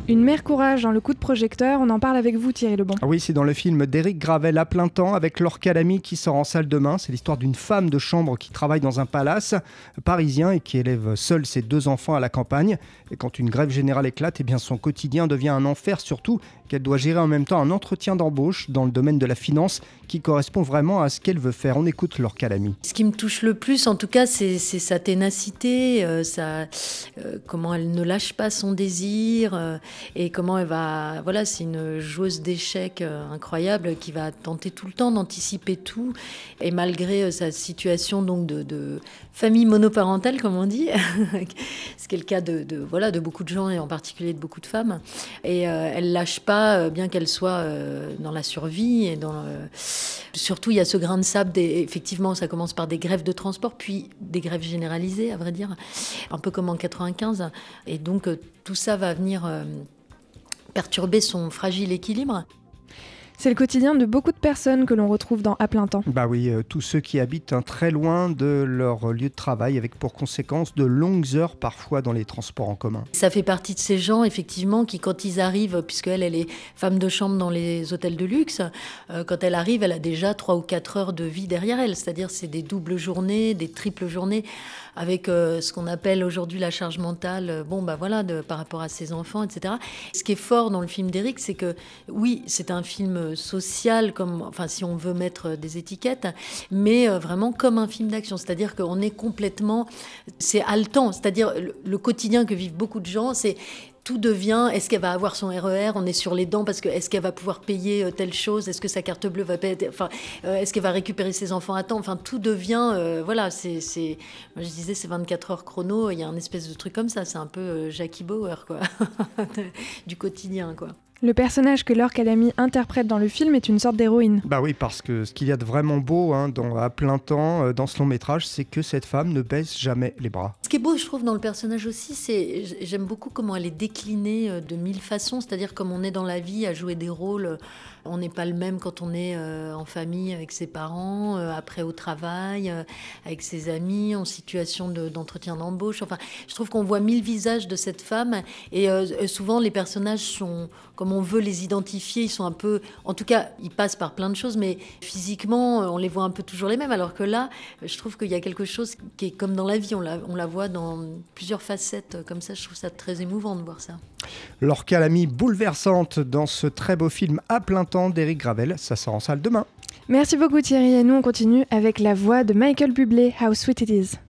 Une mère courage dans le coup de projecteur, on en parle avec vous Thierry Lebon. Ah oui, c'est dans le film d'Éric Gravel à plein temps avec Laure Calamy qui sort en salle demain. C'est l'histoire d'une femme de chambre qui travaille dans un palace parisien et qui élève seule ses 2 enfants à la campagne. Et quand une grève générale éclate, eh bien son quotidien devient un enfer, surtout qu'elle doit gérer en même temps un entretien d'embauche dans le domaine de la finance qui correspond vraiment à ce qu'elle veut faire. On écoute Laure Calamy. Ce qui me touche le plus, en tout cas, c'est sa ténacité, comment elle ne lâche pas son désir et comment elle va... Voilà, c'est une joueuse d'échecs incroyable qui va tenter tout le temps d'anticiper tout. Et malgré sa situation donc de famille monoparentale, comme on dit, ce qui est le cas de beaucoup de gens et en particulier de beaucoup de femmes. Et elle lâche pas, bien qu'elle soit dans la survie et surtout il y a ce grain de sable. Effectivement, ça commence par des grèves de transport, puis des grèves généralisées, à vrai dire, un peu comme en 95. Et donc tout ça va venir perturber son fragile équilibre. C'est le quotidien de beaucoup de personnes que l'on retrouve dans À plein temps. Bah oui, tous ceux qui habitent très loin de leur lieu de travail, avec pour conséquence de longues heures parfois dans les transports en commun. Ça fait partie de ces gens, effectivement, qui quand ils arrivent, puisqu'elle est femme de chambre dans les hôtels de luxe, quand elle arrive, elle a déjà 3 ou 4 heures de vie derrière elle. C'est-à-dire c'est des doubles journées, des triples journées, avec ce qu'on appelle aujourd'hui la charge mentale, par rapport à ses enfants, etc. Ce qui est fort dans le film d'Éric, c'est que, oui, c'est un film social, si on veut mettre des étiquettes, mais vraiment comme un film d'action. C'est-à-dire qu'on est complètement... C'est haletant. C'est-à-dire le quotidien que vivent beaucoup de gens, c'est... Tout devient, est-ce qu'elle va avoir son RER? On est sur les dents parce que est-ce qu'elle va pouvoir payer telle chose? Est-ce que sa carte bleue va payer? Est-ce qu'elle va récupérer ses enfants à temps? Enfin, tout devient, moi je disais, c'est 24 heures chrono. Il y a un espèce de truc comme ça. C'est un peu Jackie Bauer, quoi, du quotidien, quoi. Le personnage que Laure Calamy interprète dans le film est une sorte d'héroïne. Bah oui, parce que ce qu'il y a de vraiment beau À plein temps, dans ce long métrage, c'est que cette femme ne baisse jamais les bras. Ce qui est beau, je trouve, dans le personnage aussi, j'aime beaucoup comment elle est déclinée de 1000 façons. C'est-à-dire comme on est dans la vie à jouer des rôles, on n'est pas le même quand on est en famille avec ses parents, après au travail, avec ses amis, en situation d'entretien d'embauche. Enfin, je trouve qu'on voit 1000 visages de cette femme et souvent les personnages sont, comme on veut les identifier, ils sont un peu... En tout cas, ils passent par plein de choses, mais physiquement, on les voit un peu toujours les mêmes. Alors que là, je trouve qu'il y a quelque chose qui est comme dans la vie. On la voit dans plusieurs facettes comme ça. Je trouve ça très émouvant de voir ça. Laure Calamy bouleversante dans ce très beau film À plein temps d'Éric Gravel. Ça sort en salle demain. Merci beaucoup Thierry et nous on continue avec la voix de Michael Bublé, How Sweet It Is.